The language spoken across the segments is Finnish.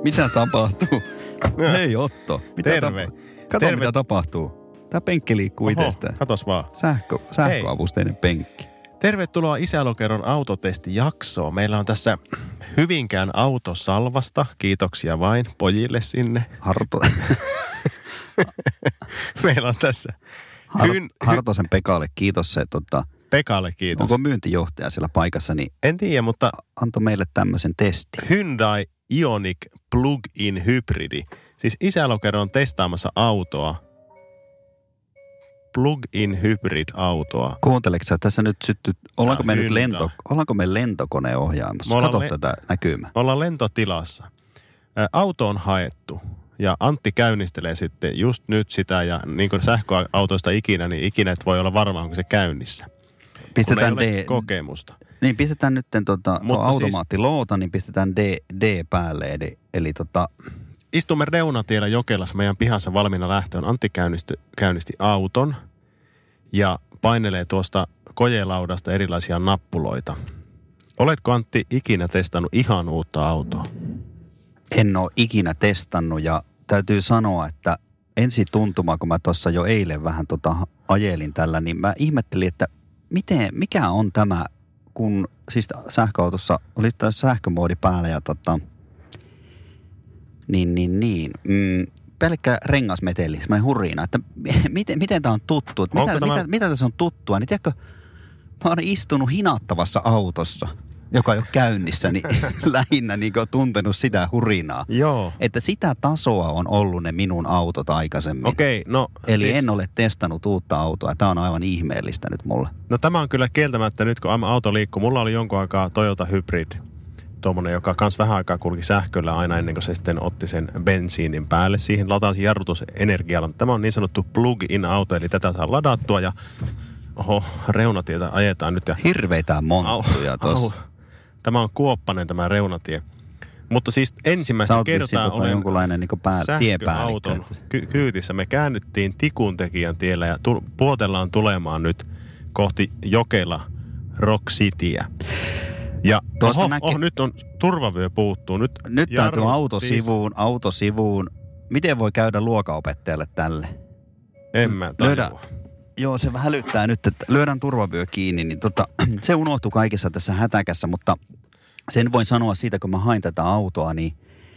Mitä tapahtuu? Hei Otto. Terve. Kato mitä tapahtuu. Tää penkki liikkuu itsestään. Katos vaan. Sähköavusteinen penkki. Tervetuloa Isälokeron autotestijaksoon. Meillä on tässä Hyvinkään autosalvasta. Kiitoksia vain pojille sinne. Meillä on tässä Hartosen Pekalle kiitos se Pekalle kiitos. Onko myyntijohtaja siellä paikassa, niin en tiedä, mutta antoi meille tämmöisen testin. Hyundai Ioniq Plug-in Hybridi. Siis Isälokero on testaamassa autoa. Plug-in hybrid-autoa. Kuunteleeko sä, tässä nyt ollaanko me lentokoneohjaamassa? Kato tätä näkymää. Me ollaan lentotilassa. Auto on haettu. Ja Antti käynnistelee sitten just nyt sitä, ja niin kuin sähköautoista niin ikinä et voi olla varma, onko se käynnissä. Pistetään kun ei ole kokemusta. Niin, pistetään nyt automaattiloota, niin pistetään D päälle, eli Istumme Reunatiellä Jokelassa meidän pihassa valmiina lähtöön. Antti käynnisti auton ja painelee tuosta kojelaudasta erilaisia nappuloita. Oletko, Antti, ikinä testannut ihan uutta autoa? En ole ikinä testannut, ja täytyy sanoa, että ensi tuntuma, kun mä tuossa jo eilen vähän ajelin tällä, niin mä ihmettelin, että mikä on tämä, kun siis sähköautossa oli tämä sähkömoodi päällä ja pelkkä rengasmeteli, semmoinen hurina, että miten tämä on tuttu, että mitä tässä on tuttua, niin tiedätkö, mä oon istunut hinattavassa autossa, joka ei ole käynnissä, niin lähinnä niin on tuntenut sitä hurinaa. Joo. Että sitä tasoa on ollut ne minun autot aikaisemmin. Okei, no eli siis en ole testannut uutta autoa. Tämä on aivan ihmeellistä nyt mulle. No tämä on kyllä kieltämättä nyt, kun auto liikkuu. Mulla oli jonkun aikaa Toyota Hybrid, tuommoinen, joka kans vähän aikaa kulki sähköllä aina ennen kuin se sitten otti sen bensiinin päälle. Siihen latasi jarrutusenergialla. Tämä on niin sanottu plug-in auto, eli tätä saa ladattua ja reunatietä ajetaan nyt. Ja hirveitä monttuja tuossa. Tämä on kuoppainen tämä reunatie. Mutta siis ensimmäistä kertaa olen jonkunlainen niin sähköauton kyytissä. Me käännyttiin Tikuntekijän tiellä ja puotellaan tulemaan nyt kohti Jokela Rock Cityä. Ja nyt on turvavyö puuttuu. Nyt täytyy autosivuun. Miten voi käydä luokaopettajalle tälle? En mä tajua. Joo, se hälyttää nyt, että lyödään turvavyö kiinni, niin se unohtui kaikessa tässä hätäkässä, mutta sen voin sanoa siitä, kun mä hain tätä autoa, niin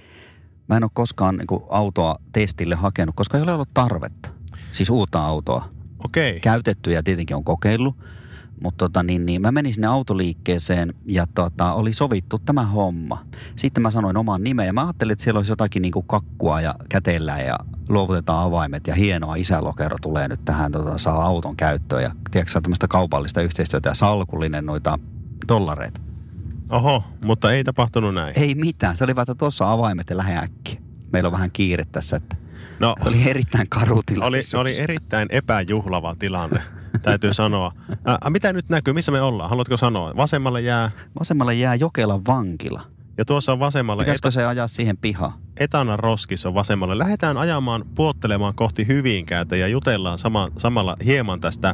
mä en ole koskaan niin autoa testille hakenut, koska ei ole ollut tarvetta. Siis uutta autoa. Okei. Käytettyjä tietenkin on kokeillut, mutta mä menin sinne autoliikkeeseen ja oli sovittu tämä homma. Sitten mä sanoin oman nimen ja mä ajattelin, että siellä olisi jotakin niin kuin kakkua ja kätellään ja luovutetaan avaimet ja hienoa Isälokero tulee nyt tähän, saa auton käyttöön ja tiedätkö sä tämmöistä kaupallista yhteistyötä ja salkullinen noita dollareita. Oho, mutta ei tapahtunut näin. Ei mitään, se oli vaan, että tuossa avaimet ja lähde äkkiä. Meillä on vähän kiire tässä, että se oli erittäin karu tilanne. Oli erittäin epäjuhlava tilanne. Täytyy sanoa. Mitä nyt näkyy? Missä me ollaan? Haluatko sanoa? Vasemmalle jää Jokelan vankila. Ja tuossa on vasemmalla... Pitäisikö se ajaa siihen pihaan? Etana roskis on vasemmalle. Lähdetään ajamaan, puottelemaan kohti Hyvinkäätä ja jutellaan samalla hieman tästä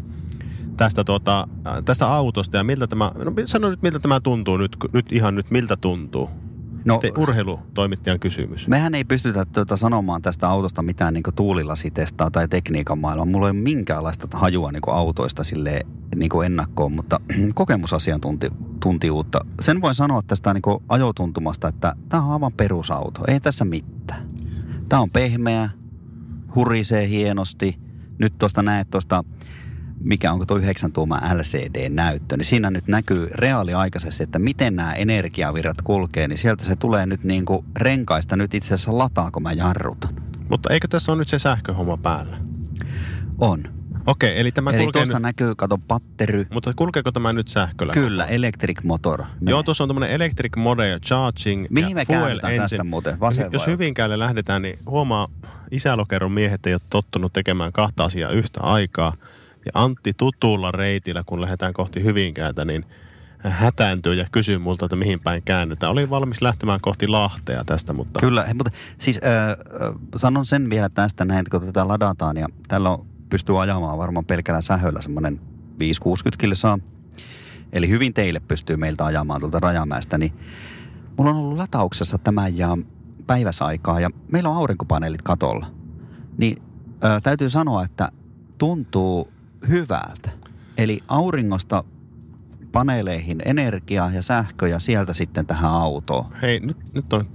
autosta ja miltä tämä... No sano nyt, miltä tämä tuntuu nyt miltä tuntuu? No, urheilutoimittajan kysymys. Mehän ei pystytä sanomaan tästä autosta mitään niin tuulilasitestaa tai tekniikan maailmaa. Mulla ei ole minkäänlaista hajua niin autoista silleen, niin ennakkoon, mutta kokemusasiantuntijuutta. Sen voin sanoa tästä niin ajotuntumasta, että tämä on aivan perusauto. Ei tässä mitään. Tämä on pehmeä, hurisee hienosti. Nyt tuosta näet mikä onko tuo 9-tuuma LCD-näyttö, niin siinä nyt näkyy reaaliaikaisesti, että miten nämä energiavirrat kulkee, niin sieltä se tulee nyt niin kuin renkaista nyt itse asiassa lataa, kun mä jarrutan. Mutta eikö tässä ole nyt se sähköhomma päällä? On. Okei, eli tämä kulkee tuosta näkyy, kato, pattery. Mutta kulkeeko tämä nyt sähköllä? Kyllä, electric motor. Joo, tuossa on tämmöinen electric mode ja charging. Mihin me käydetään tästä muuten? Jos Hyvinkäälle lähdetään, niin huomaa Isälokeron miehet ei ole tottunut tekemään kahta asiaa yhtä aikaa. Ja Antti tutulla reitillä, kun lähdetään kohti Hyvinkäätä, niin hätääntyy ja kysyy multa, että mihin päin käännytään. Olin valmis lähtemään kohti Lahtea tästä, mutta... Kyllä, mutta siis sanon sen vielä tästä näin, kun tätä ladataan ja tällä pystyy ajamaan varmaan pelkällä sähöllä semmoinen 5-60 kilsaa. Eli hyvin teille pystyy meiltä ajamaan tuolta Rajamäestä, niin mulla on ollut latauksessa tämä ja päiväsaikaa ja meillä on aurinkopaneelit katolla. Niin täytyy sanoa, että tuntuu hyvältä. Eli auringosta paneeleihin energiaa ja sähkö ja sieltä sitten tähän autoon. Hei, nyt on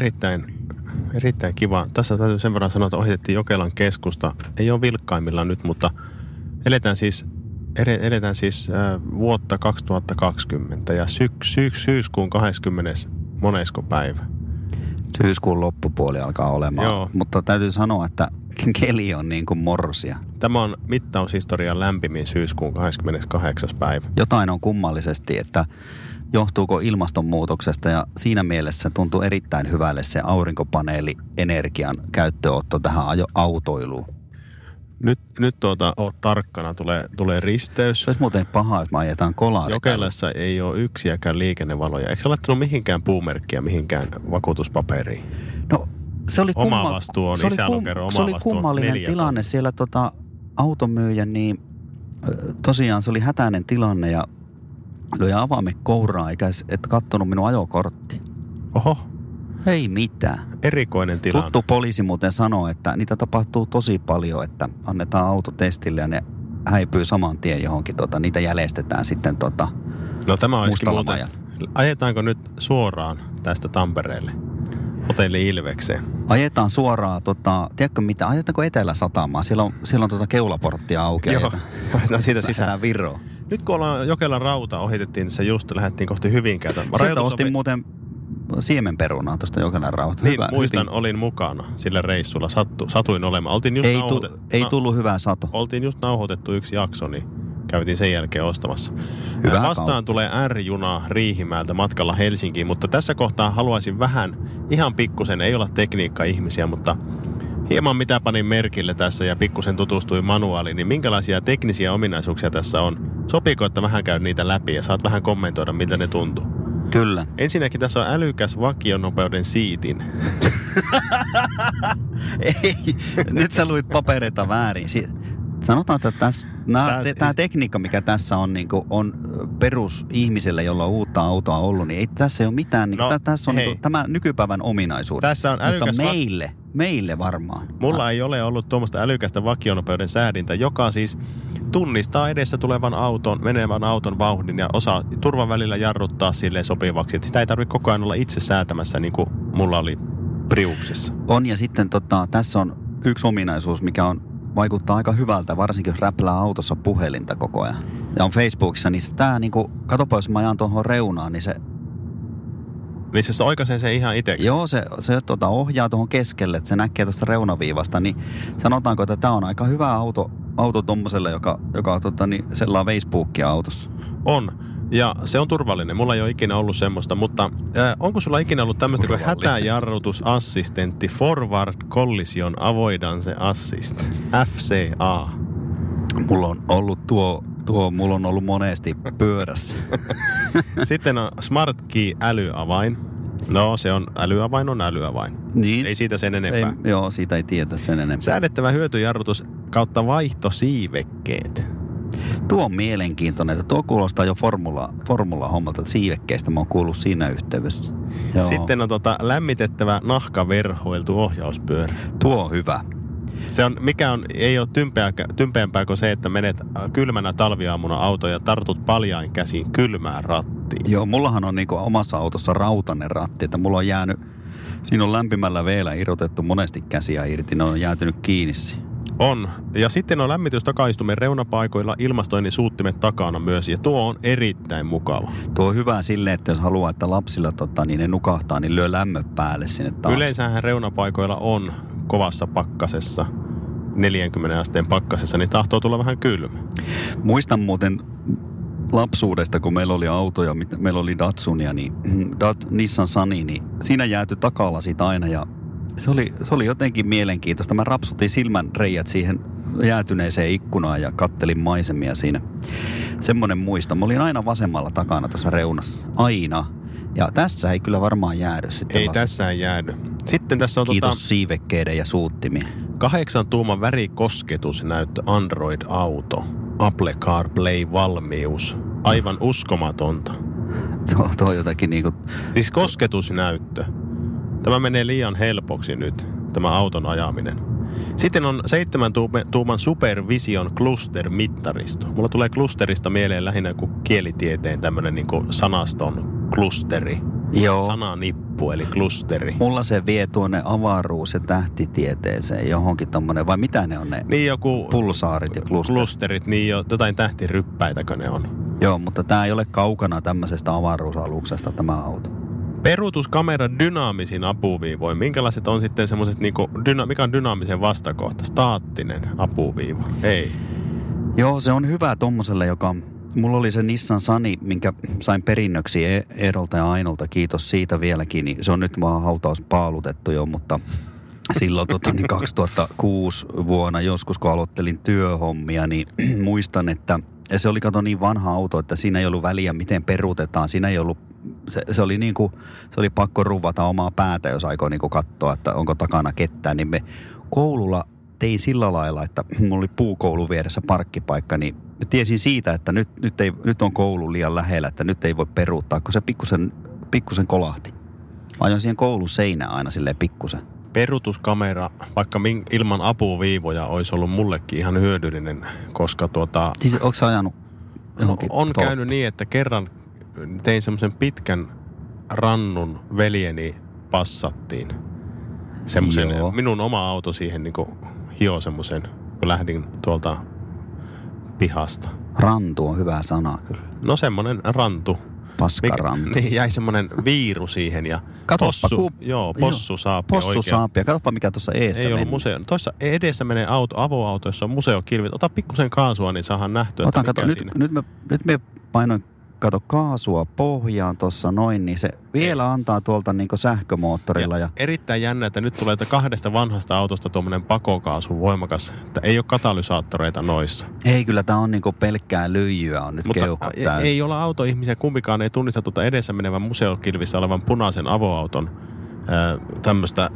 erittäin kiva. Tässä täytyy sen verran sanoa, että ohitettiin Jokelan keskusta. Ei ole vilkkaimmillaan nyt, mutta eletään siis vuotta 2020 ja syyskuun 20. monesko päivä. Syyskuun loppupuoli alkaa olemaan, joo. Mutta täytyy sanoa, että keli on niin kuin morsia. Tämä on mittaushistorian lämpimin syyskuun 28. päivä. Jotain on kummallisesti, että johtuuko ilmastonmuutoksesta ja siinä mielessä tuntuu erittäin hyvälle se aurinkopaneeli-energian käyttöotto tähän autoiluun. Nyt oot tarkkana, tulee risteys. Se olisi muuten paha, että me ajetaan kolaa. Jokelassa ei ole yksiäkään liikennevaloja. Eikö sä laittanut mihinkään puumerkkiä, mihinkään vakuutuspaperiin? No se oli omavastuu on isälukero, se oli kummallinen tilanne siellä automyyjän, niin tosiaan se oli hätäinen tilanne ja löi avaimet kouraa, eikä et kattonut minun ajokortti. Oho. Ei mitään. Erikoinen tilanne. Tuttu poliisi muuten sanoo, että niitä tapahtuu tosi paljon, että annetaan auto testille ja ne häipyy saman tien johonkin, niitä jäljestetään sitten No tämä olisikin mustalla muuten. Ajetaanko nyt suoraan tästä Tampereelle? Hotelli Ilvekseen. Ajetaan suoraan, tiedätkö mitä, ajetaanko Etelä-Satamaan? Siellä on keulaporttia auki. Joo, ajetaan siitä sisään. Lähdetään Viroon. Nyt kun ollaan Jokelan rauta, ohitettiin tässä just, lähdettiin kohti Hyvinkäätä. Sieltä ostin muuten siemenperunaa tuosta Jokelan rauta. Niin, muistan, olin mukana sillä reissulla, satuin olemaan. Ei tullut hyvää sato. Oltiin just nauhoitettu yksi jakso, niin käytiin sen jälkeen ostamassa. Hyvä vastaan kautta. Tulee R-juna Riihimäeltä matkalla Helsinkiin, mutta tässä kohtaa haluaisin ihan pikkusen, ei olla tekniikka-ihmisiä, mutta hieman mitä panin merkille tässä ja pikkusen tutustuin manuaaliin, niin minkälaisia teknisiä ominaisuuksia tässä on? Sopiiko, että vähän käy niitä läpi ja saat vähän kommentoida, miltä ne tuntuu? Kyllä. Ensinnäkin tässä on älykäs vakionopeuden siitin. Ei, nyt sä luit papereita väärin. Sanotaan, että tämä tekniikka, mikä tässä on, niin on perusihmiselle, jolla on uutta autoa ollut, niin ei tässä ole mitään. Niin tässä on niin tämä nykypäivän ominaisuus. Tässä on älykäs mutta meille varmaan. Mulla ei ole ollut tuommoista älykästä vakionopeuden säädintä, joka siis tunnistaa edessä tulevan menevän auton vauhdin ja osaa turvan välillä jarruttaa silleen sopivaksi. Että sitä ei tarvitse koko ajan olla itse säätämässä, niin kuin mulla oli Priuksessa. On, ja sitten tässä on yksi ominaisuus, mikä vaikuttaa aika hyvältä, varsinkin jos räplää autossa puhelinta koko ajan. Ja on Facebookissa, niin tämä katsopa, jos mä ajan tuohon reunaan, niin se... Niin se oikaisee se ihan itseksi? Joo, se ohjaa tuohon keskelle, että se näkee tuosta reunaviivasta, niin sanotaanko, että tämä on aika hyvä auto tommoselle, joka sellaa Facebookia autossa. On. Ja se on turvallinen. Mulla ei ole ikinä ollut semmoista, mutta onko sulla ikinna ollut tämmöistä kuin hätäjarrutusassistentti Forward Collision Avoidance Assist, FCA? Mulla on ollut mulla on ollut monesti pyörässä. Sitten on Smart Key älyavain. No, se on älyavain. Niin. Ei siitä sen enempää. Joo, siitä ei tiedä sen enempää. Säädettävä hyötyjarrutus kautta vaihtosiivekkeet. Tuo on mielenkiintoinen, että tuo kuulostaa jo formula-hommalta siivekkeistä. Mä oon kuullut siinä yhteydessä. Joo. Sitten on lämmitettävä nahkaverhoiltu ohjauspyörä. Tuo on hyvä. Se on, ei ole tympeämpää kuin se, että menet kylmänä talviaamuna autoon ja tartut paljain käsiin kylmään rattiin. Joo, mullahan on omassa autossa rautainen ratti, että mulla on jäänyt, siinä on lämpimällä veellä irrotettu monesti käsiä irti, ne on jäätynyt kiinni. On. Ja sitten on lämmitys takaistumen reunapaikoilla, ilmastoinnin suuttimet takana myös, ja tuo on erittäin mukava. Tuo on hyvä silleen, että jos haluaa, että lapsilla niin ne nukahtaa, niin lyö lämmöt päälle sinne taas. Yleensähän reunapaikoilla on kovassa pakkasessa, 40 asteen pakkasessa, niin tahtoo tulla vähän kylmä. Muistan muuten lapsuudesta, kun meillä oli autoja, meillä oli Datsunia, niin Nissan Sunny, niin siinä jääty takalasit aina ja se oli jotenkin mielenkiintoista. Mä rapsutin silmän reijät siihen jäätyneeseen ikkunaan ja kattelin maisemia siinä. Semmoinen muisto. Mä olin aina vasemmalla takana tuossa reunassa. Aina. Ja tässä ei kyllä varmaan jäädy sitten. Ei tässä ei jäädy. Sitten tässä on kiitos siivekkeiden ja suuttimien. 8 tuuman värikosketusnäyttö Android-auto. Apple CarPlay-valmius. Aivan uskomatonta. Tuo on jotakin niinku... Siis kosketusnäyttö. Tämä menee liian helpoksi nyt, tämä auton ajaminen. Sitten on 7 tuuman Supervision Cluster-mittaristo. Mulla tulee klusterista mieleen lähinnä kuin kielitieteen tämmönen niinku sanaston klusteri. Joo. Sananippu, eli klusteri. Mulla se vie tuonne avaruus- ja tähtitieteeseen johonkin tommonen, vai mitä ne on ne Niin joku pulsaarit ja klusterit? klusterit, niin jotain tähtiryppäitäkö ne on. Joo, mutta tää ei ole kaukana tämmöisestä avaruusaluksesta tämä auto. Peruutuskamera dynaamisin apuviivoin. Minkälaiset on sitten semmoiset, niinku, mikä on dynaamisen vastakohta? Staattinen apuviiva. Ei. Joo, se on hyvä tommoselle, joka... Mulla oli se Nissan Sunny, minkä sain perinnöksi Eerolta ja Ainolta. Kiitos siitä vieläkin. Niin se on nyt vaan hautauspaalutettu jo, mutta silloin 2006 vuonna joskus, kun aloittelin työhommia, niin muistan, että se oli niin vanha auto, että siinä ei ollut väliä, miten peruutetaan. Siinä ei ollut, se oli niin kuin, se oli pakko ruvata omaa päätä, jos aikoo niin kuin katsoa, että onko takana ketään. Niin me koululla tein sillä lailla, että mulla oli puukoulun vieressä parkkipaikka, niin mä tiesin siitä, että nyt on koulu liian lähellä, että nyt ei voi peruuttaa, kun se pikkusen kolahti. Mä ajoin siihen koulun seinään aina silleen pikkusen. Peruutuskamera, vaikka ilman apuviivoja, olisi ollut mullekin ihan hyödyllinen, koska Siis onko sä ajanut johonkin on käynyt niin, että kerran tein semmoisen pitkän rannun veljeni Passattiin. Semmoisen, minun oma auto siihen niinku hioo semmoisen, kun lähdin tuolta pihasta. Rantu on hyvä sana kyllä. No semmoinen rantu. Paskarantu. Niin jäi semmoinen viiru siihen ja possusaappi. Possusaappi. Katsoppa mikä tuossa eessä ei ollut museo. Tuossa edessä menee avoauto, jossa on museokilvit. Ota pikkusen kaasua, niin saadaan nähtyä, että mikä siinä. Nyt me painoin kaasua pohjaan tuossa noin, niin se vielä antaa tuolta niinku sähkömoottorilla. Ja erittäin jännä, että nyt tulee 2 vanhasta autosta tuommoinen pakokaasu voimakas. Että ei ole katalysaattoreita noissa. Ei, kyllä tämä on niinku pelkkää lyijyä on nyt keuhkot täynnä. Ei olla autoihmisiä, kumpikaan ei tunnista tuota edessä menevän museokilvissä olevan punaisen avoauton tämmöistä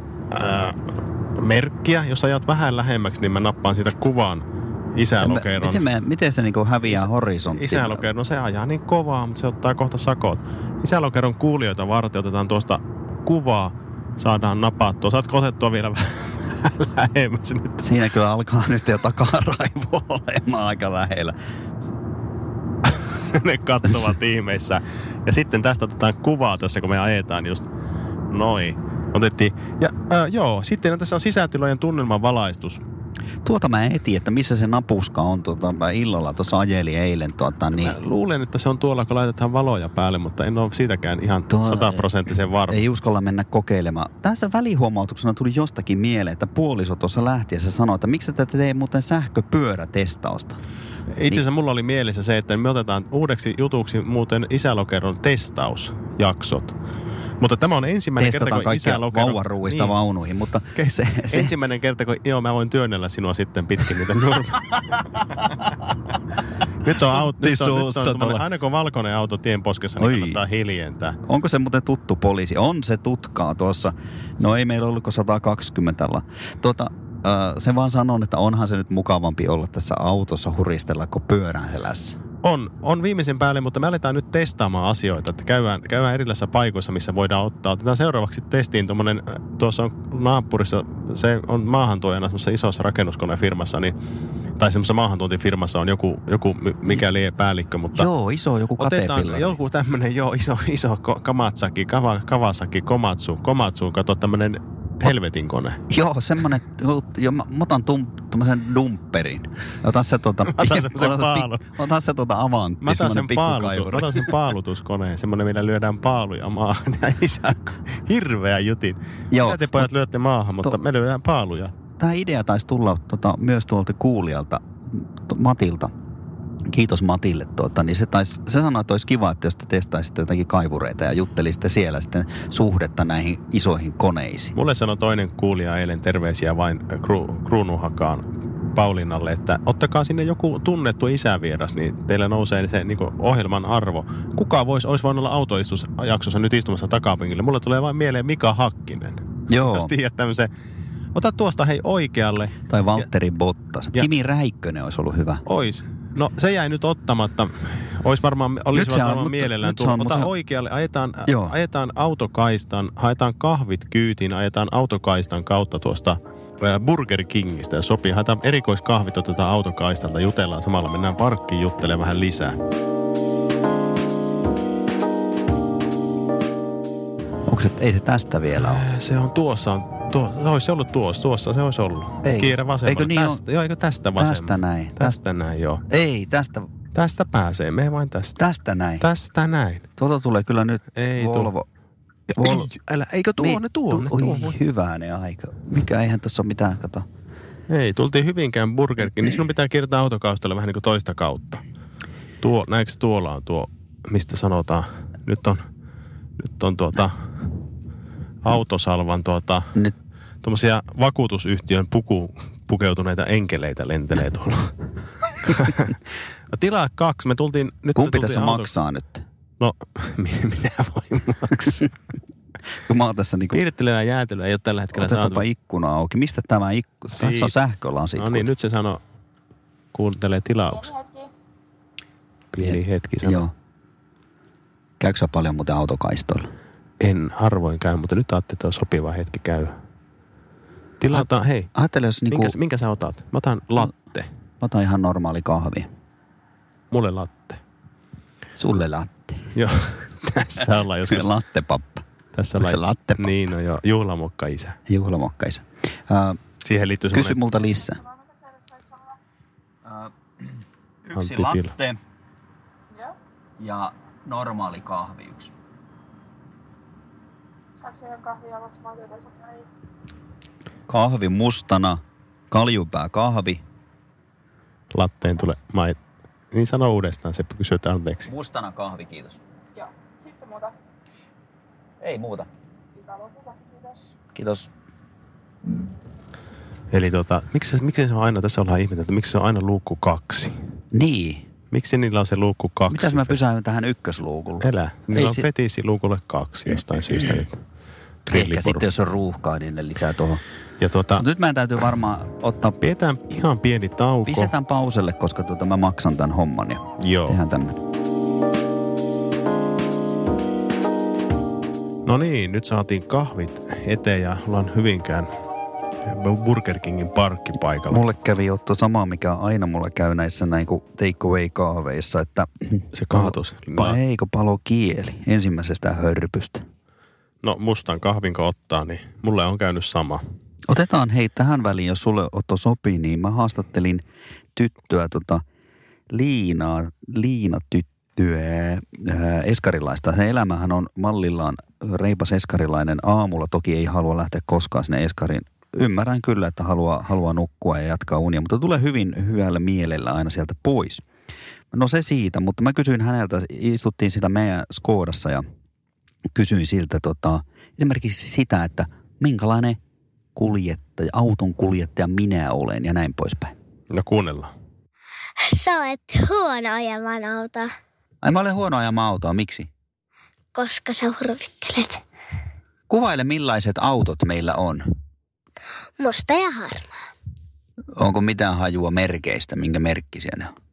merkkiä. Jos ajat vähän lähemmäksi, niin mä nappaan siitä kuvan. Isälokeron. Miten se niinku häviää horisonttiin? Isälokeron, no se ajaa niin kovaa, mutta se ottaa kohta sakot. Isälokeron kuulijoita varten otetaan tuosta kuvaa, saadaan napattua. Saatko otettua vielä vähän lähemmäs nyt? Siinä kyllä alkaa nyt jo takaraivo olemaan aika lähellä. Ne katsovat ihmeissä. Ja sitten tästä otetaan kuvaa tässä, kun me ajetaan just noin. Otettiin. Ja joo, sitten tässä on sisätilojen tunnelman valaistus. Mä etin, että missä se napuska on. Mä illalla tuossa ajelin eilen. Niin. Mä luulen, että se on tuolla, kun laitetaan valoja päälle, mutta en ole siitäkään ihan 100% varma. Ei uskalla mennä kokeilemaan. Tässä välihuomautuksena tuli jostakin mieleen, että puoliso tuossa lähtiessä sanoi, että miksi te tee muuten sähköpyörätestausta? Itse asiassa mulla oli mielessä se, että me otetaan uudeksi jutuksi muuten isälokeron testausjaksot. Mutta tämä on ensimmäinen kerta, kun isälokeron... vauvaruuista vaunuihin, mutta se... Ensimmäinen kerta, kun mä voin työnnellä sinua sitten pitkin niitä nurmia. Nyt on aina kun valkoinen auto tien poskessa, niin kannattaa hiljentää. Onko se muuten tuttu poliisi? On se tutkaa tuossa. No ei meillä ollutko 120. Se vaan sanon, että onhan se nyt mukavampi olla tässä autossa huristella kuin pyörän selässä. On viimeisen päälle, mutta me aletaan nyt testaamaan asioita, että käydään erilaisissa paikoissa, missä voidaan ottaa. Otetaan seuraavaksi testiin tuommoinen, tuossa on naapurissa, se on maahantuojana semmoisessa isossa rakennuskonefirmassa, niin, tai semmoisessa maahantuontifirmassa on joku mikä lie päällikkö, mutta... Joo, iso joku Caterpillar. Otetaan joku tämmöinen, iso Kawasaki, Komatsu, kato tämmöinen helvetin kone. Joo, semmonen, mä otan tommosen dumperin. Otan se Avantti. Mä otan sen paalutuskoneen, semmonen, millä lyödään paaluja maahan. Ja isä, hirveä jutin. Joo. Mitä te pojat lyötte maahan, mutta me lyödään paaluja. Tää idea taisi tulla myös tuolta kuulijalta, Matilta. Kiitos Matille. Niin se sanoi, että olisi kiva, että jos te testaisitte jotakin kaivureita ja juttelisitte siellä sitten suhdetta näihin isoihin koneisiin. Mulle sanoi toinen kuulija eilen, terveisiä vain Kruunuhakaan Pauliinalle, että ottakaa sinne joku tunnettu isävieras, niin teille nousee se niin kuin ohjelman arvo. Kuka olisi voinut olla autoistusjaksossa nyt istumassa takapenkillä? Mulle tulee vain mieleen Mika Hakkinen. Joo. Jos tiedät tämmöisen, ota tuosta hei oikealle. Tai Valtteri Bottas. Kimi Räikkönen olisi ollut hyvä. Ois. No se jäi nyt ottamatta. Olisi varmaan mielellään tullut. Ota oikealle, ajetaan autokaistan, haetaan kahvit kyytiin, ajetaan autokaistan kautta tuosta Burger Kingistä. Jos sopii, haetaan erikoiskahvit, otetaan autokaistalta, jutellaan samalla, mennään parkkiin juttelemaan vähän lisää. Onko se, ei se tästä vielä ole? Se on tuossa, se olisi ollut tuossa se olisi ollut. Ei. Kiire vasemmalla. Eikö niin tästä, joo, eikö tästä vasemmalla? Tästä näin. Tästä näin, joo. Ei, tästä. Tästä pääsee, me vain tästä. Tästä näin. Tästä näin. Tuota tulee kyllä nyt Ei Volvo. Eikö tuonne. Oi, hyvänen aika. Mikä eihän tuossa ole mitään, kato. Ei, tultiin Hyvinkään Burger King, niin sinun pitää kiertää autokaustalla vähän niin kuin toista kautta. Näetkö tuolla on tuo, mistä sanotaan, nyt on autosalvan tuommoisia vakuutusyhtiön pukeutuneita enkeleitä lentelee tuolla. No, tilaa 2, me tultiin... Kumpi tässä maksaa nyt? No, minä voin maksaa. Kun mä oon tässä niinku... Piirittelevää jäätelyä ei ole tällä hetkellä saatu. Otetaanpa ikkuna auki. Mistä tämä ikkuna? Tässä on sähkölasit. No niin, nyt se sanoo, kuuntelee tilauksen. Pieni hetki sanoo. Joo. Käykö sä paljon muuten autokaistoilla? En harvoin käy, mutta nyt ajattelin, että on sopiva hetki käy. Tilataan, hei. Ajattele, jos niinku... Minkä sä otat? Mä otan latte. Mä otan ihan normaali kahvi. Mulle latte. Sulle latte. Joo, tässä ollaan joskus. Lattepappa. Tässä ollaan. Lattepappa? Niin, no joo, juhlamokka-isä. Juhlamokka-isä. Siihen liittyy semmoinen... Kysy multa lisää. Yksi latte. Ja normaali kahvi 1. Saatko siihen kahvia vastaan? Kahvi mustana, kaljupää kahvi. Latteen tulee, niin sano uudestaan, se kysyy anteeksi. Mustana kahvi, kiitos. Joo, sitten muuta. Ei muuta. Kiitos. Kiitos. Eli miksi se on aina, tässä ollaan ihmetelty, miksi se on aina luukku 2? Niin. Miksi niillä on se luukku 2? Mitäs mä pysähdyn tähän ykkösluukulle? Elä. Niillä on fetiisi luukulle 2 jostain syystä nyt. Ehkä sitten, jos on ruuhkaa, niin ne lisää tuohon. Ja nyt meidän täytyy varmaan ottaa... Pidetään ihan pieni tauko. Pistetään pauselle, koska mä maksan tämän homman ja tehdään tämmöinen. No niin, nyt saatiin kahvit eteen ja ollaan Hyvinkään Burger Kingin parkkipaikalla. Mulle kävi Otto samaa, mikä aina mulla käy näissä näin kuin take away kahveissa, että... Se kaatus. Eikö palo kieli ensimmäisestä hörpystä? No mustan kahvinko ottaa, niin mulle on käynyt sama. Otetaan hei tähän väliin, jos sulle Otto sopii, niin mä haastattelin tyttöä, Liina-tyttöä, eskarilaista. Se elämähän on mallillaan reipas eskarilainen. Aamulla toki ei halua lähteä koskaan sinne eskarin. Ymmärrän kyllä, että haluaa nukkua ja jatkaa unia, mutta tulee hyvin hyvällä mielellä aina sieltä pois. No se siitä, mutta mä kysyin häneltä, istuttiin siellä meidän Skodassa ja kysyin siltä esimerkiksi sitä, että minkälainen auton kuljettaja minä olen ja näin poispäin. No kuunnellaan. Sä olet huono ajamaan autoa. Ai mä olen huono ajamaan autoa, miksi? Koska sä hurvittelet. Kuvaile millaiset autot meillä on. Musta ja harmaa. Onko mitään hajua merkeistä, minkä merkkisiä ne on?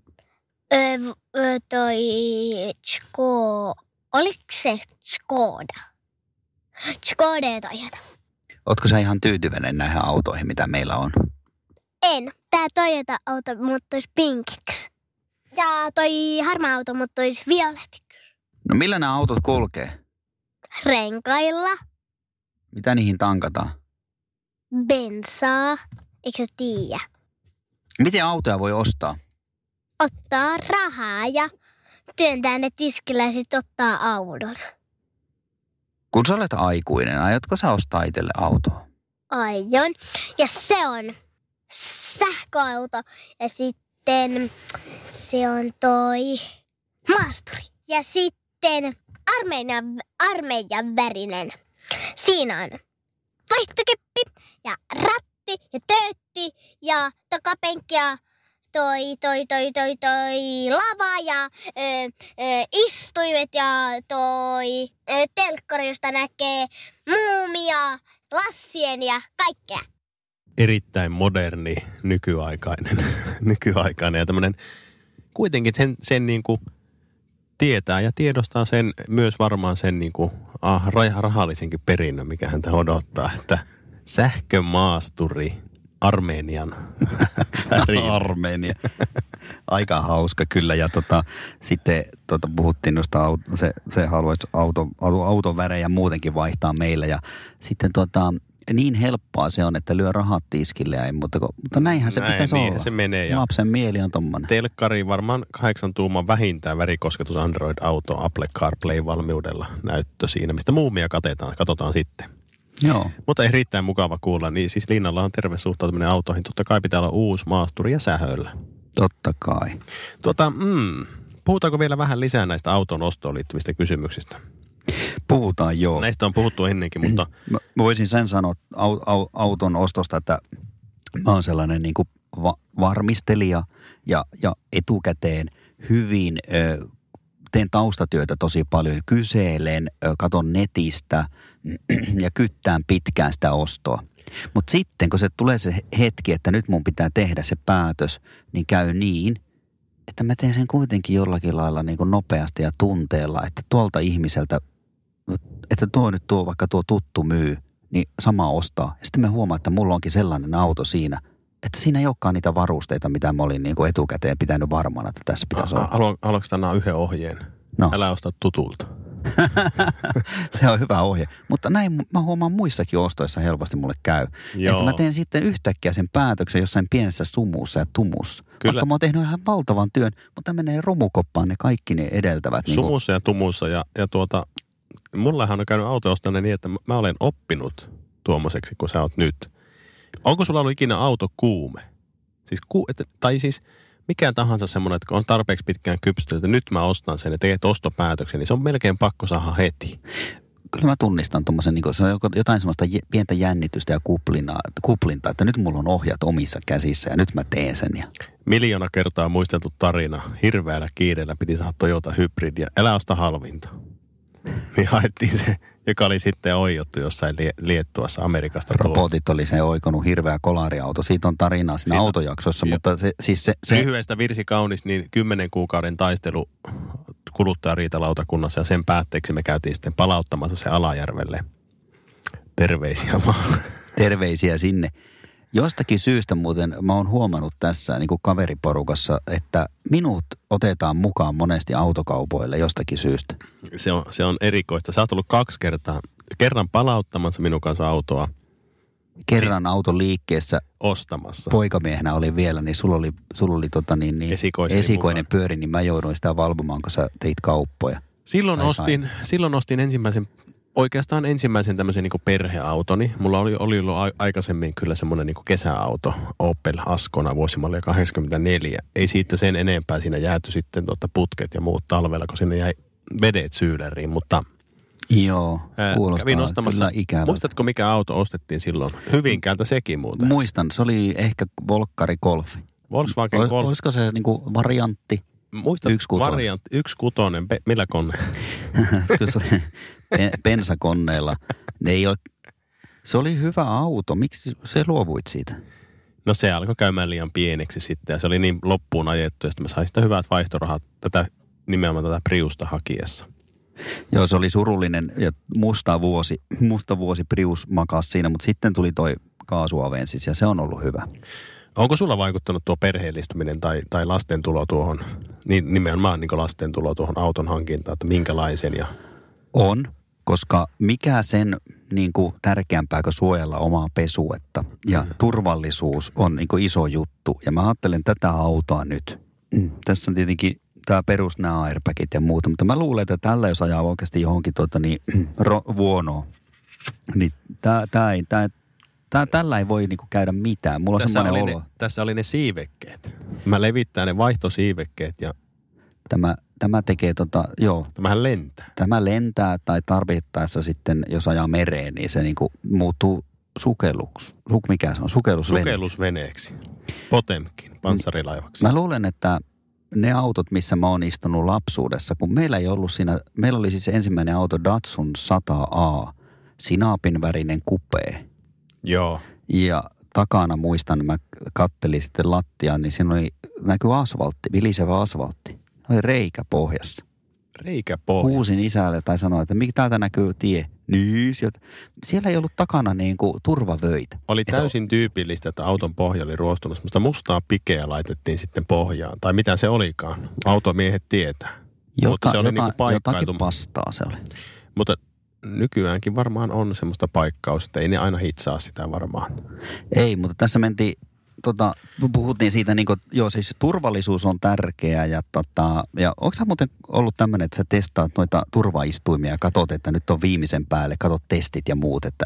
Oliko se Skoda? Skoda Toyota. Ootko sä ihan tyytyväinen näihin autoihin, mitä meillä on? En. Tää Toyota-auto muuttuisi pinkiksi. Ja toi harmaa auto muuttuisi violetiksi. No millä nämä autot kulkee? Renkailla. Mitä niihin tankataan? Bensaa. Eikö sä tiedä? Miten autoja voi ostaa? Ottaa rahaa ja työntää ne tiskillä ja sit ottaa auton. Kun sä olet aikuinen, aiotko sä ostaa itselle autoa? Aion. Ja se on sähköauto ja sitten se on toi maasturi. Ja sitten armeijan värinen. Siinä on vaihtokeppi ja ratti ja töötti ja takapenkki ja toi lava ja istuimet ja toi telkkari, josta näkee muumia, Lassien ja kaikkea. Erittäin moderni, nykyaikainen ja tämmöinen kuitenkin sen niin kuin tietää ja tiedostaa sen myös varmaan sen niin kuin rahallisenkin perinnön, mikä häntä odottaa, että sähkömaasturi Armenian väriin. Armenia. Aika hauska kyllä. Ja sitten puhuttiin noista, se haluaisi auton värejä muutenkin vaihtaa meillä. Ja sitten niin helppoa se on, että lyö rahat tiskille ja ei muuta. Mutta näinhän se pitäisi olla. Se menee. Ja lapsen mieli on tommonen. Telkkari varmaan 8 tuuman vähintään värikosketus Android-auto Apple CarPlay-valmiudella näyttö siinä, mistä muumia katsotaan sitten. Joo. Mutta ei riittää mukava kuulla, niin siis Linnalla on terve suhtautuminen autoihin. Totta kai pitää olla uusi maasturi ja sähöllä. Totta kai. Puhutaanko vielä vähän lisää näistä auton ostoon liittyvistä kysymyksistä? Puhutaan, joo. Näistä on puhuttu ennenkin, mutta Mä voisin sen sanoa auton ostosta, että mä oon sellainen niin kuin varmistelija ja etukäteen hyvin teen taustatyötä tosi paljon. Kyselen, katon netistä ja kyttään pitkään sitä ostoa. Mutta sitten, kun se tulee se hetki, että nyt mun pitää tehdä se päätös, niin käy niin, että mä teen sen kuitenkin jollakin lailla niin kuin nopeasti ja tunteella, että tuolta ihmiseltä, että vaikka tuo tuttu myy, niin sama ostaa. Ja sitten me huomaa, että mulla onkin sellainen auto siinä, että siinä ei olekaan niitä varusteita, mitä mä olin niin kuin etukäteen pitänyt varmana, että tässä pitäisi olla. Haluatko tänään yhden ohjeen? No. Älä osta tutulta. Se on hyvä ohje. Mutta näin mä huomaan muissakin ostoissa helposti mulle käy. Joo. Että mä teen sitten yhtäkkiä sen päätöksen jossain pienessä sumussa ja tumussa. Kyllä. Vaikka mä oon tehnyt ihan valtavan työn, mutta menee romukoppaan ne kaikki ne edeltävät. Sumussa ja tumussa ja mullahan on käynyt auto-ostanne niin, että mä olen oppinut tuommoiseksi, kun sä oot nyt. Onko sulla ollut ikinä autokuume? Siis mikään tahansa semmoinen, että kun on tarpeeksi pitkään kypsytelty, että nyt mä ostan sen ja teet ostopäätöksen, niin se on melkein pakko saada heti. Kyllä mä tunnistan tommosen, niin se on jotain semmoista pientä jännitystä ja kuplintaa, että nyt mulla on ohjat omissa käsissä ja nyt mä teen sen. Ja 1,000,000 kertaa muisteltu tarina. Hirveällä kiireellä piti saada Toyota Hybrid ja älä osta halvinta. Niin haettiin se, joka oli sitten oijottu jossain Liettuassa Amerikasta. Robotit oli se oikonut hirveä kolariauto. Siitä on tarinaa siinä autojaksossa, mutta se... Lyhyestä virsi kaunis, niin 10 kuukauden taistelu kuluttajariitalautakunnassa ja sen päätteeksi me käytiin sitten palauttamassa se Alajärvelle. Terveisiä vaan. Terveisiä sinne. Jostakin syystä muuten mä oon huomannut tässä niin kuin kaveriporukassa, että minut otetaan mukaan monesti autokaupoille jostakin syystä. Se on erikoista. Sä oot ollut 2 kertaa. Kerran palauttamassa minun kanssa autoa. Kerran auton liikkeessä ostamassa. Poikamiehenä oli vielä, niin sulla oli esikoinen pyöri, niin mä jouduin sitä valvomaan, kun sä teit kauppoja. Silloin ostin oikeastaan ensimmäisen tämmöisen niin kuin perheautoni. Mulla oli ollut aikaisemmin kyllä semmoinen niin kuin kesäauto, Opel Ascona vuosimallia 84. Ei siitä sen enempää siinä jääty sitten putket ja muut talvella, kun sinne jäi vedet syyleriin, mutta... Joo, kuulostaa kävin ostamassa, kyllä ikävältä. Muistatko mikä auto ostettiin silloin? Hyvinkäältä sekin muuten. Muistan, se oli ehkä Volkkari Golfi. Volkswagen Golf. Olisiko se niinku variantti? Muistat variantti, 1.6, millä kone? Kyllä se oli pensakonneilla. Se oli hyvä auto. Miksi se luovuit siitä? No se alkoi käymään liian pieneksi sitten ja se oli niin loppuun ajettu ja sitten mä sain sitä hyvät vaihtorahat nimenomaan tätä Priusta hakiessa. Joo, se oli surullinen ja musta vuosi Prius makasi siinä, mutta sitten tuli toi kaasuavensis ja se on ollut hyvä. Onko sulla vaikuttanut tuo perheellistyminen tai lastentulo tuohon, niin nimenomaan niin lastentulo tuohon auton hankintaan, että minkälaisen? On, koska mikä sen niin kuin tärkeämpää kuin suojella omaa pesuetta ja turvallisuus on niin kuin iso juttu. Ja mä ajattelen tätä autoa nyt. Tässä on tietenkin tämä perus nämä airbagit ja muuta, mutta mä luulen, että tällä jos ajaa oikeasti johonkin vuonoon, niin tällä ei voi niinku käydä mitään. Mulla on semmoinen olo. Tässä oli ne siivekkeet. Mä levittää ne vaihtosiivekkeet ja... Tämä tekee joo. Tämähän lentää. Tämä lentää tai tarvittaessa sitten, jos ajaa mereen, niin se niinku muuttuu mikä se on? Sukellusveneeksi. Potemkin, panssarilaivaksi. Mä luulen, että ne autot, missä mä oon istunut lapsuudessa, kun meillä ei ollut siinä, meillä oli siis ensimmäinen auto Datsun 100A, sinaapin värinen kupee. Joo. Ja takana muistan, mä kattelin sitten lattiaan, niin siinä näkyy asfaltti, vilisevä asfaltti. Oli reikä pohjassa. Reikä pohjassa. Huusin isälle tai sanoin, että mikä täältä näkyy tie. Niin, siellä ei ollut takana niin kuin turvavöitä. Oli täysin tyypillistä, että auton pohja oli ruostunut. Semmoista mustaa pikeä laitettiin sitten pohjaan. Tai mitä se olikaan. Automiehet tietää. Mutta se oli niin kuin jotakin pastaa se oli. Mutta nykyäänkin varmaan on semmoista paikkaus, että ei ne aina hitsaa sitä varmaan. Ei, mutta tässä mentiin, puhuttiin siitä, niin kuin, joo siis turvallisuus on tärkeää ja onko sä muuten ollut tämmöinen, että sä testaat noita turvaistuimia ja katot, että nyt on viimeisen päälle, katot testit ja muut, että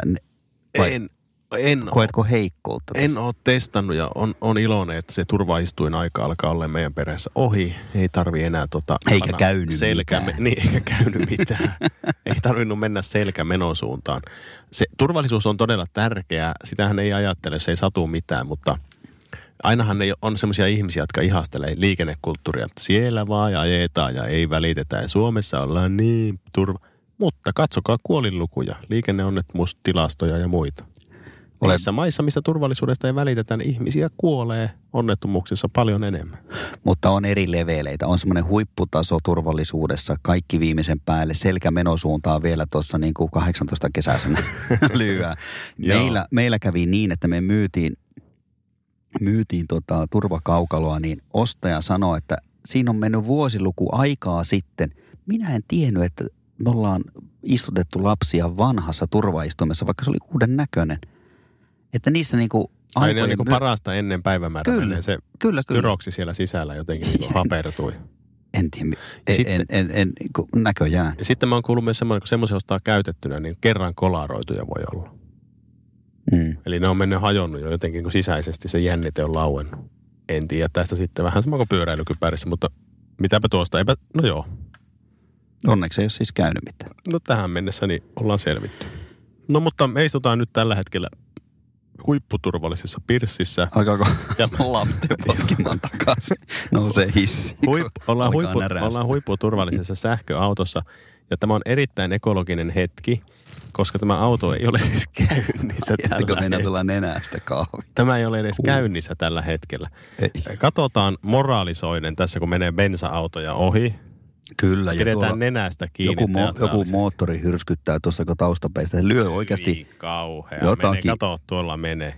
koetko heikkoutta tässä? En ole testannut ja on iloinen, että se turvaistuin aika alkaa olla meidän perässä ohi. Ei tarvi enää eikä käynyt mitään. Eikä käynyt mitään. Ei tarvinnut mennä selkämenosuuntaan. Se turvallisuus on todella tärkeää. Sitähän ei ajattele, se ei satu mitään, mutta ainahan on semmoisia ihmisiä, jotka ihastelee liikennekulttuuria, että siellä vaan ajetaan ja ei välitetä. Ja Suomessa ollaan niin Mutta katsokaa kuolinlukuja, liikenneonnettomuustilastoja ja muita. Näissä maissa, missä turvallisuudesta ei välitetä, niin ihmisiä kuolee onnettomuuksissa paljon enemmän. Mutta on eri leveleitä. On semmoinen huipputaso turvallisuudessa, kaikki viimeisen päälle. Selkämenosuuntaan vielä tuossa niin kuin 18 kesäisenä lyöä. Meillä kävi niin, että me myytiin turvakaukaloa, niin ostaja sanoi, että siinä on mennyt vuosiluku aikaa sitten. Minä en tiennyt, että me ollaan istutettu lapsia vanhassa turvaistuimessa, vaikka se oli uuden näköinen. Että niissä niinku aina niinku parasta ennen päivämäärää menee se styroksi siellä sisällä jotenkin niinku hapertui. En tiedä, näköjään. Ja sitten mä oon kuullut myös semmoinen, kun semmoisia ostaa käytettynä, niin kerran kolaroituja voi olla. Eli ne on mennyt hajonnut jo jotenkin, kun sisäisesti se jännite on lauennut. En tiedä tästä sitten vähän sama kuin pyöräilykypärissä, mutta mitäpä tuosta, no joo. Onneksi ei ole siis käynyt mitään. No tähän mennessä niin ollaan selvitty. No mutta me istutaan nyt tällä hetkellä huipputurvallisessa pirssissä. Alkaako lapte potkimaan takaisin? Nousee hissi. Ollaan huipputurvallisessa sähköautossa ja tämä on erittäin ekologinen hetki, koska tämä auto ei ole edes käynnissä tällä hetkellä. Nenästä kahvi. Tämä ei ole edes käynnissä tällä hetkellä. Ei. Katsotaan moraalisoiden tässä, kun menee bensa-autoja ohi. Kyllä. Pidetään nenästä kiinni. Joku moottori hyrskyttää tuossa taustapeistä. Se lyö oikeasti kauhea. Jotakin. Kato, tuolla menee.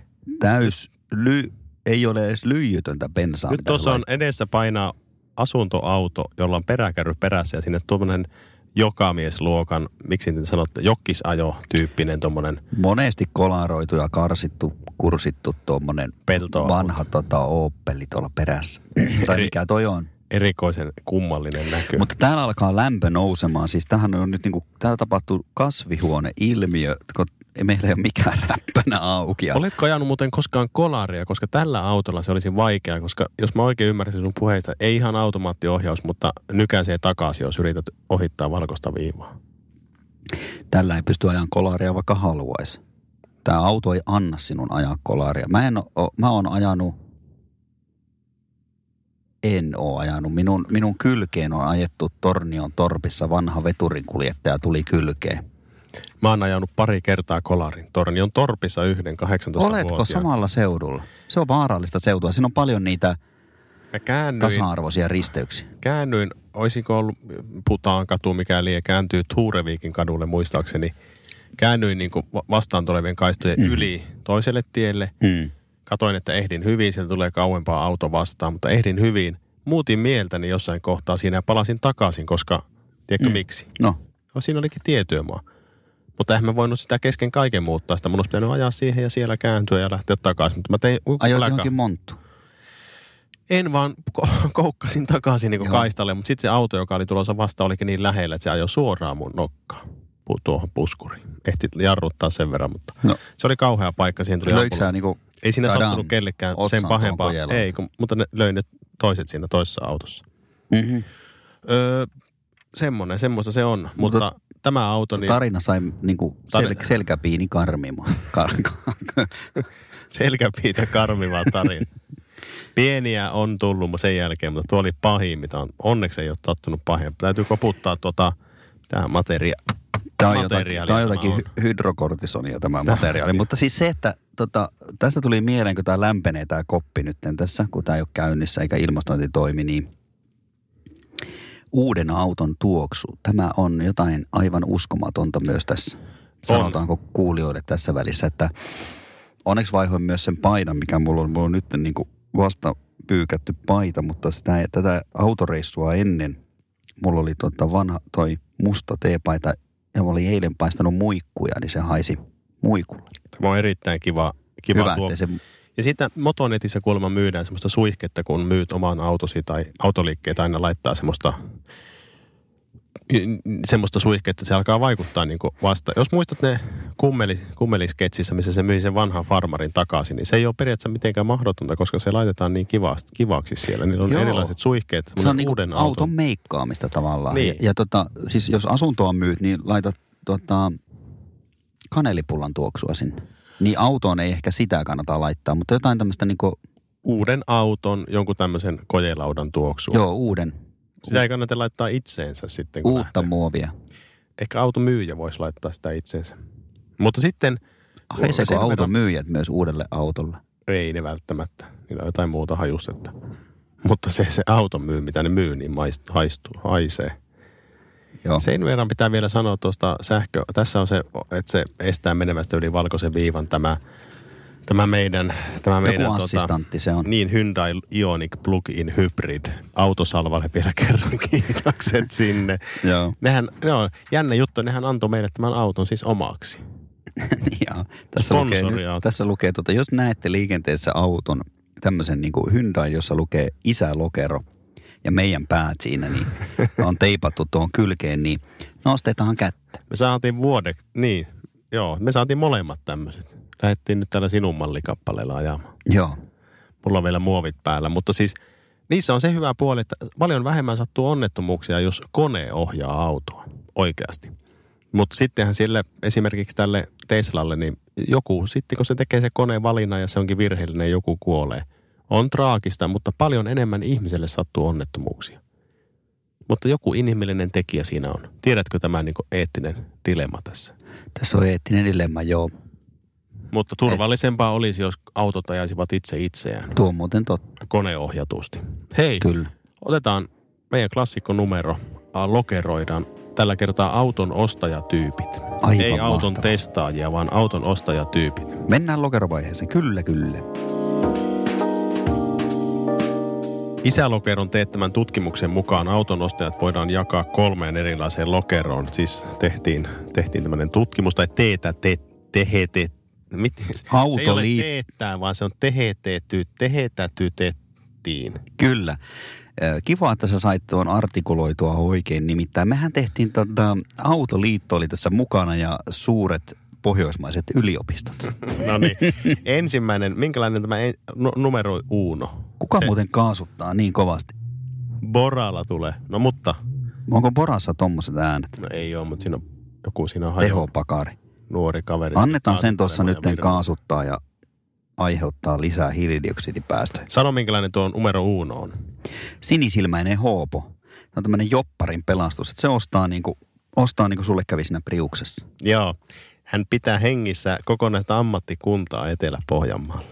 Ei ole edes lyijytöntä bensaa. Nyt tuossa on edessä painaa asuntoauto, jolla on peräkärry perässä ja sinne tuommoinen jokamiesluokan, miksi niitä sanotte, jokkisajo-tyyppinen tuommoinen. Monesti kolaroitu ja kursittu tuommoinen vanha Opeli tuolla perässä. Tai mikä toi on? Erikoisen kummallinen näkö. Mutta täällä alkaa lämpö nousemaan. Siis tämähän on nyt niinku, täällä tapahtuu kasvihuoneilmiö, kun meillä ei ole mikään räppänä auki. Oletko ajanut muuten koskaan kolaria, koska tällä autolla se olisi vaikeaa, koska jos mä oikein ymmärsin sun puheista, ei ihan automaattiohjaus, mutta nykäisee takaisin, jos yrität ohittaa valkoista viivaa. Tällä ei pysty ajan kolaria, vaikka haluaisi. Tämä auto ei anna sinun ajaa kolaria. Mä oon ajanut. En ole ajanut. Minun kylkeen on ajettu Tornion torpissa. Vanha veturinkuljettaja tuli kylkeen. Mä oon ajanut pari kertaa kolarin. Tornion torpissa 18-vuotiaan. Oletko samalla seudulla? Se on vaarallista seutua. Siinä on paljon niitä tasa-arvoisia risteyksiä. Käännyin, olisiko ollut Putaankatu, mikäli ja kääntyy Tuureviikin kadulle muistaakseni. Käännyin niin kuin vastaan tulevien kaistojen yli toiselle tielle. Katoin, että ehdin hyvin, sieltä tulee kauempaa auto vastaan, mutta ehdin hyvin. Muutin mieltäni jossain kohtaa siinä ja palasin takaisin, koska, tiedätkö miksi? No, siinä olikin tietyömaa. Mutta eihän mä voinut sitä kesken kaiken muuttaa sitä. Mun olisi pitänyt ajaa siihen ja siellä kääntyä ja lähteä takaisin. Mutta mä tein ajoit johonkin monttu? En vaan koukkasin takaisin niin kuin kaistalle, mutta sitten se auto, joka oli tulossa vasta, olikin niin lähellä, että se ajoi suoraan mun nokkaan tuohon puskuriin. Ehti jarruttaa sen verran, mutta se oli kauhea paikka. Siihen tuli ei siinä sattunut kellekään sen pahempaa. Ei, mutta ne löi ne toiset siinä toisessa autossa. Mm-hmm. Semmoista se on, mutta tämä auto. Niin Tarina sai niinku selkäpiini karmimaan. Selkäpiitä karmimaan tarina. Pieniä on tullut sen jälkeen, mutta tuo oli pahin, mitä on. Onneksi ei ole tattunut pahin. Täytyy koputtaa tähän materiaa. Tämä on materiaalia jotakin tämä hydrokortisonia tämä materiaali. Mutta siis se, että tästä tuli mieleen, kun tämä lämpenee tämä koppi nyt tässä, kun tämä ei ole käynnissä eikä ilmastointi toimi, niin uuden auton tuoksu. Tämä on jotain aivan uskomatonta myös tässä. Sanotaanko kuulijoille tässä välissä, että onneksi vaihoin myös sen paidan, mikä mulla on nyt niin kuin vasta pyykätty paita, mutta tätä autoreissua ennen mulla oli vanha toi musta teepaita ja mä olin eilen paistanut muikkuja, niin se haisi muikulla. Tämä on erittäin kiva Hyvä, tuo. se... Ja sitten Motonetissä kuulemma myydään semmoista suihketta, kun myyt oman autosi tai autoliikkeet aina laittaa semmoista suihketta, se alkaa vaikuttaa niin kuin vasta. Jos muistat ne kummelisketsissä, missä se myi sen vanhan farmarin takaisin, niin se ei ole periaatteessa mitenkään mahdotonta, koska se laitetaan niin kivaksi siellä. Niillä on erilaiset suihkeet. Se on niin kuin auton meikkaamista tavallaan. Niin. Ja siis jos asuntoa myyt, niin laitat kanelipullan tuoksua sinne. Niin autoon ei ehkä sitä kannata laittaa, mutta jotain tämmöistä niinku... Uuden auton, jonkun tämmöisen kojelaudan tuoksua. Joo, uuden. Sitä ei kannata laittaa itseensä sitten, kun uutta lähtee. Muovia. Ehkä automyyjä voisi laittaa sitä itseensä. Mutta sitten... Haiseeko automyyjät myös uudelle autolle? Ei ne välttämättä. Niillä on jotain muuta hajustetta. Mutta se auton myy, mitä ne myy, niin haisee. Joo. Sen verran pitää vielä sanoa tuosta tässä on se, että se estää menemästä yli valkoisen viivan tämä meidän joku assistantti se on. Niin, Hyundai Ioniq Plug-in Hybrid. Autosalvalle vielä kerran kiitokset sinne. Joo. Jännä juttu, nehän antoi meille tämän auton siis omaksi. Joo. Tässä lukee jos näette liikenteessä auton, tämmöisen niin kuin Hyundai, jossa lukee isälokero, ja meidän päät siinä, niin on teipattu tuohon kylkeen, niin nostetaan kättä. Me saatiin me saatiin molemmat tämmöiset. Lähdettiin nyt tällä sinun mallikappaleella ajamaan. Joo. Mulla on vielä muovit päällä, mutta siis niissä on se hyvä puoli, että paljon vähemmän sattuu onnettomuuksia, jos kone ohjaa autoa oikeasti. Mutta sittenhän sille esimerkiksi tälle Teslalle, niin joku sitten kun se tekee se koneen valinnan ja se onkin virheellinen, joku kuolee. On traagista, mutta paljon enemmän ihmiselle sattuu onnettomuuksia. Mutta joku inhimillinen tekijä siinä on. Tiedätkö tämä niin kuin eettinen dilemma tässä? Tässä on eettinen dilemma, joo. Mutta turvallisempaa olisi, jos autot ajaisivat itseään. Tuo on muuten totta. Koneohjatusti. Hei, kyllä. Otetaan meidän klassikkonumero, lokeroidaan tällä kertaa auton ostajatyypit. Aivan ei auton mahtava. testaajia, vaan auton ostajatyypit. Mennään lokerovaiheeseen, kyllä. Isälokeron teettämän tutkimuksen mukaan auton ostajat voidaan jakaa 3 erilaiseen lokeroon. Siis tehtiin tämmöinen tutkimus, tai se ei ole teettää, vaan se on tehetätytettiin. Kyllä. Kiva, että sä sait tuon artikuloitua oikein. Nimittäin mehän tehtiin Autoliitto oli tässä mukana ja suuret pohjoismaiset yliopistot. No niin. Ensimmäinen, minkälainen tämä numero uno? Kuka muuten kaasuttaa niin kovasti? Boralla tulee. No mutta. Onko Borassa tommoset äänet? No ei ole, mutta siinä on tehopakari. Nuori kaveri. Annetaan sen tuossa nyt kaasuttaa ja aiheuttaa lisää hiilidioksidipäästöjä. Sano, minkälainen tuo numero uno on. Sinisilmäinen hoopo. Se on tämmöinen jopparin pelastus, että se ostaa niin kuin sulle kävi siinä Priuksessa. Joo. Hän pitää hengissä kokonaista ammattikuntaa Etelä-Pohjanmaalla.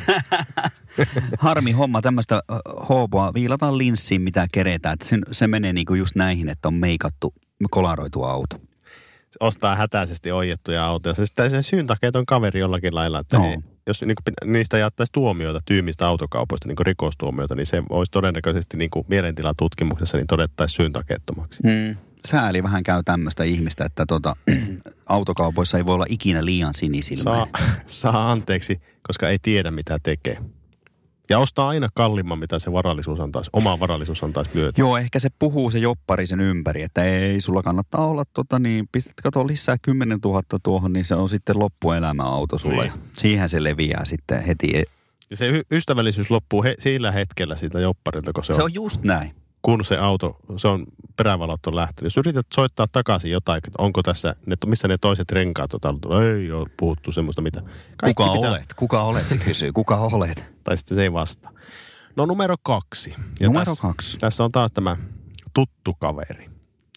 Harmi homma, tämmöistä hoopoa viilataan linssiin, mitä keretään. Että se menee niinku just näihin, että on meikattu, kolaroitu auto. Ostaa hätäisesti oijettuja autoja. Se syyntakeeton kaveri jollakin lailla, että jos niistä jaettaisiin tuomioita tyymistä autokaupoista, niin kuin rikostuomioita, niin se olisi todennäköisesti niin kuin mielentilatutkimuksessa niin todettaisiin syyntakeettomaksi. Sääli vähän käy tämmöistä ihmistä, että autokaupoissa ei voi olla ikinä liian sinisilmäinen. Saa anteeksi, koska ei tiedä mitä tekee. Ja ostaa aina kalliimman, mitä se oma varallisuus antaisi myötä. Joo, ehkä se puhuu se joppari sen ympäri, että ei sulla kannattaa olla pistät kato lisää 10 000 tuohon, niin se on sitten loppuelämä auto sulla. Niin. Ja siihen se leviää sitten heti. Ja se ystävällisyys loppuu sillä hetkellä siitä jopparilta, kun se on just näin. Kun se auto, perävalot on lähtenyt. Jos yrität soittaa takaisin jotain, että onko tässä, missä ne toiset renkaat ei ole puhuttu semmoista mitä. Kuka olet, se kysyy. Kuka olet? Tai sitten se ei vastaa. No numero 2. Numero 2. Tässä on taas tämä tuttu kaveri.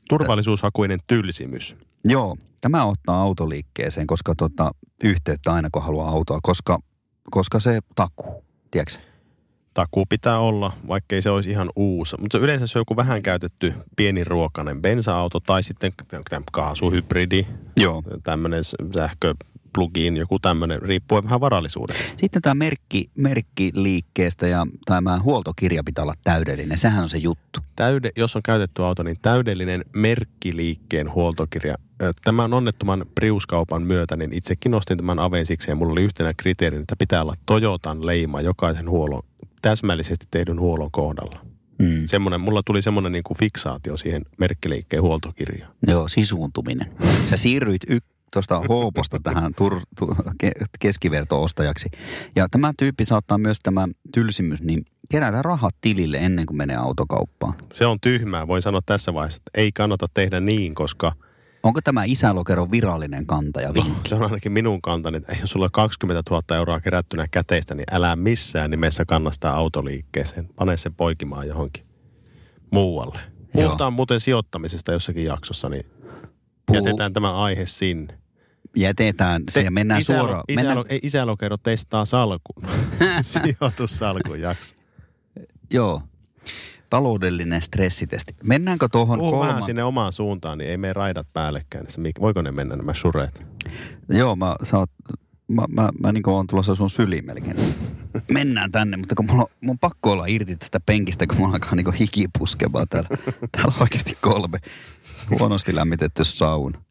Turvallisuushakuinen tylsimys. Joo, tämä ottaa autoliikkeeseen, koska yhteyttä aina kun haluaa autoa, koska se takuu, tiedätkö? Takuu pitää olla, vaikkei se olisi ihan uusi. Mutta yleensä se on joku vähän käytetty pieniruokainen bensa-auto tai sitten kaasuhybridi. Joo. Tämmöinen sähköplugin, joku tämmöinen, riippuen vähän varallisuudesta. Sitten tämä merkki liikkeestä ja tämä huoltokirja pitää olla täydellinen. Sehän on se juttu. Jos on käytetty auto, niin täydellinen merkkiliikkeen huoltokirja. Tämän onnettoman Prius-kaupan myötä, niin itsekin nostin tämän Aven siksi ja mulla oli yhtenä kriteerinä, että pitää olla Toyotan leima jokaisen täsmällisesti tehdyn huollon kohdalla. Mulla tuli semmoinen niin kuin fiksaatio siihen merkkiliikkeen huoltokirjaan. Joo, sisuuntuminen. Sä siirryit tuosta hooposta tähän keskiverto-ostajaksi. Ja tämä tyyppi saattaa myös tämä tylsimys, niin kerätä rahat tilille ennen kuin menee autokauppaan. Se on tyhmää. Voin sanoa tässä vaiheessa, että ei kannata tehdä niin, koska... Onko tämä isälokeron virallinen kanta ja vinkki? Se on ainakin minun kantani, että jos sulla on 20 000 euroa kerättynä käteistä, niin älä missään nimessä kannastaa autoliikkeeseen. Pane sen poikimaan johonkin muualle. Puhutaan muuten sijoittamisesta jossakin jaksossa, niin jätetään tämä aihe sinne. Jätetään se ja mennään suoraan. Isälokero testaa salkun. Sijoitussalkun jakso. Joo. Taloudellinen stressitesti. Mennäänkö tuohon vähän sinne omaan suuntaan, niin ei mene raidat päällekkäin. Voiko ne mennä nämä sureet? Joo, mä niin kuin oon tulossa sun syliin melkein. Mennään tänne, mutta kun mulla on pakko olla irti tästä penkistä, kun mulla alkaa niin kuin hiki puskemaan täällä. Täällä on oikeasti 3 huonosti lämmitetty sauna.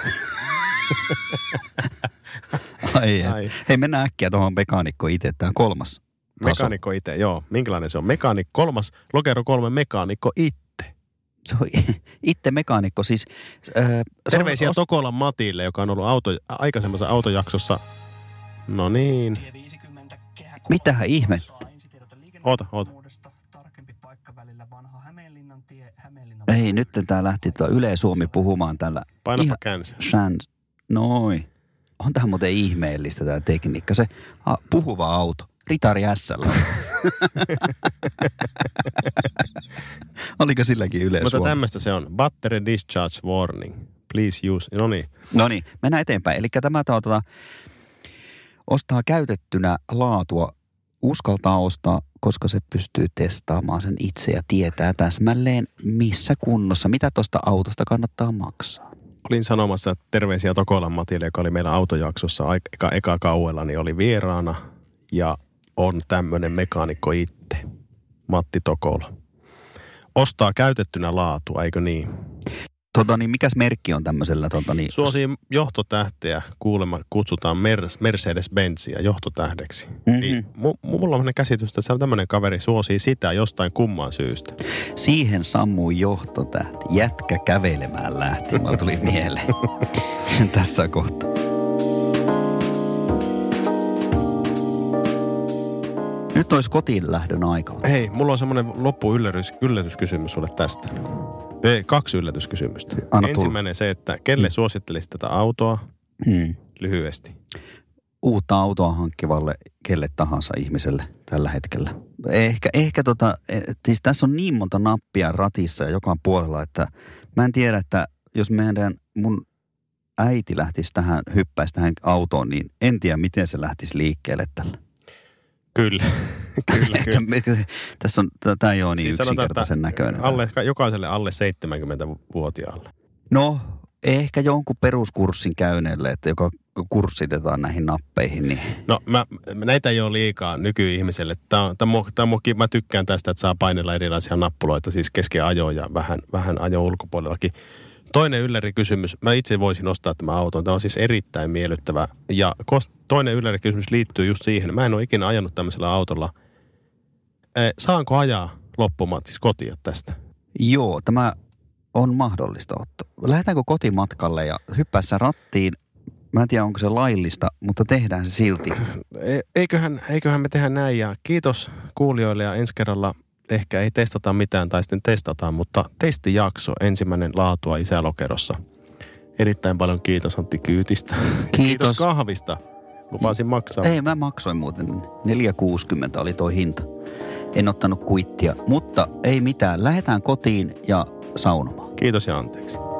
Ai. Hei, mennään äkkiä tuohon mekaanikko itse. Tämä on 3. Mekaanikko itse, joo. Minkälainen se on? Lokero 3 mekaanikko itse. Se on itse mekaanikko siis. Terveisiä Tokolan Matille, joka on ollut aikaisemmassa autojaksossa. No niin. Mitähän ihme? Oota. Ei, nyt tää lähti Yle-Suomi puhumaan tällä. Painapa käynnissä. Noi. On tähän muuten ihmeellistä tää tekniikka. Se puhuva auto. Ritari S:llä. Oliko silläkin Yle-Suomi? Mutta tämmöistä se on. Battery discharge warning. Please use. No niin, mennään eteenpäin. Eli tämä ostaa käytettynä laatua. Uskaltaa ostaa, koska se pystyy testaamaan sen itse ja tietää täsmälleen missä kunnossa. Mitä tuosta autosta kannattaa maksaa? Olin sanomassa, että terveisiä Tokolan Matille, joka oli meillä autojaksossa eka kauella, niin oli vieraana ja on tämmöinen mekaanikko itse, Matti Tokola. Ostaa käytettynä laatua, eikö niin? Mikäs merkki on tämmöisellä? Suosii johtotähteä, kuulemma kutsutaan Mercedes-Benzia johtotähdeksi. Mm-hmm. Niin, mulla on käsitys, että tämmöinen kaveri suosii sitä jostain kumman syystä. Siihen sammui johtotähti. Jätkä kävelemään lähti, mulla tuli mieleen. Tässä kohtaa. Nyt olisi kotiin lähdön aika. Hei, mulla on semmoinen yllätyskysymys sulle tästä. 2 yllätyskysymystä. Ensimmäinen se, että kelle suosittelisit tätä autoa lyhyesti? Uutta autoa hankkivalle kelle tahansa ihmiselle tällä hetkellä. Ehkä siis tässä on niin monta nappia ratissa ja joka puolella, että mä en tiedä, että jos mun äiti hyppäisi tähän autoon, niin en tiedä, miten se lähtisi liikkeelle tällä. Kyllä. Tässä on, tämä ei ole niin yksinkertaisen näköinen. Jokaiselle alle 70-vuotiaalle. No, ehkä jonkun peruskurssin käyneelle, että joka kurssitetaan näihin nappeihin. Niin. No, näitä ei ole liikaa nykyihmiselle. Mä tykkään tästä, että saa painella erilaisia nappuloita, siis kesken ajoa ja vähän ajon ulkopuolellakin. Toinen yllärikysymys. Mä itse voisin ostaa tämän auton. Tämä on siis erittäin miellyttävä. Ja toinen yllärikysymys liittyy just siihen. Mä en ole ikinä ajanut tämmöisellä autolla. Saanko ajaa loppumaan siis kotiin tästä? Joo, tämä on mahdollista ottaa. Lähdetäänkö kotimatkalle ja hyppäässä rattiin? Mä en tiedä, onko se laillista, mutta tehdään se silti. Eiköhän me tehdä näin. Ja kiitos kuulijoille ja ensi kerralla ehkä ei testata mitään tai sitten testataan, mutta testijakso, ensimmäinen laatua isälokerossa. Erittäin paljon kiitos Antti kyytistä. Kiitos kahvista. Lupasin maksaa. Ei, mä maksoin muuten. 4,60 oli toi hinta. En ottanut kuittia, mutta ei mitään. Lähdetään kotiin ja saunomaan. Kiitos ja anteeksi.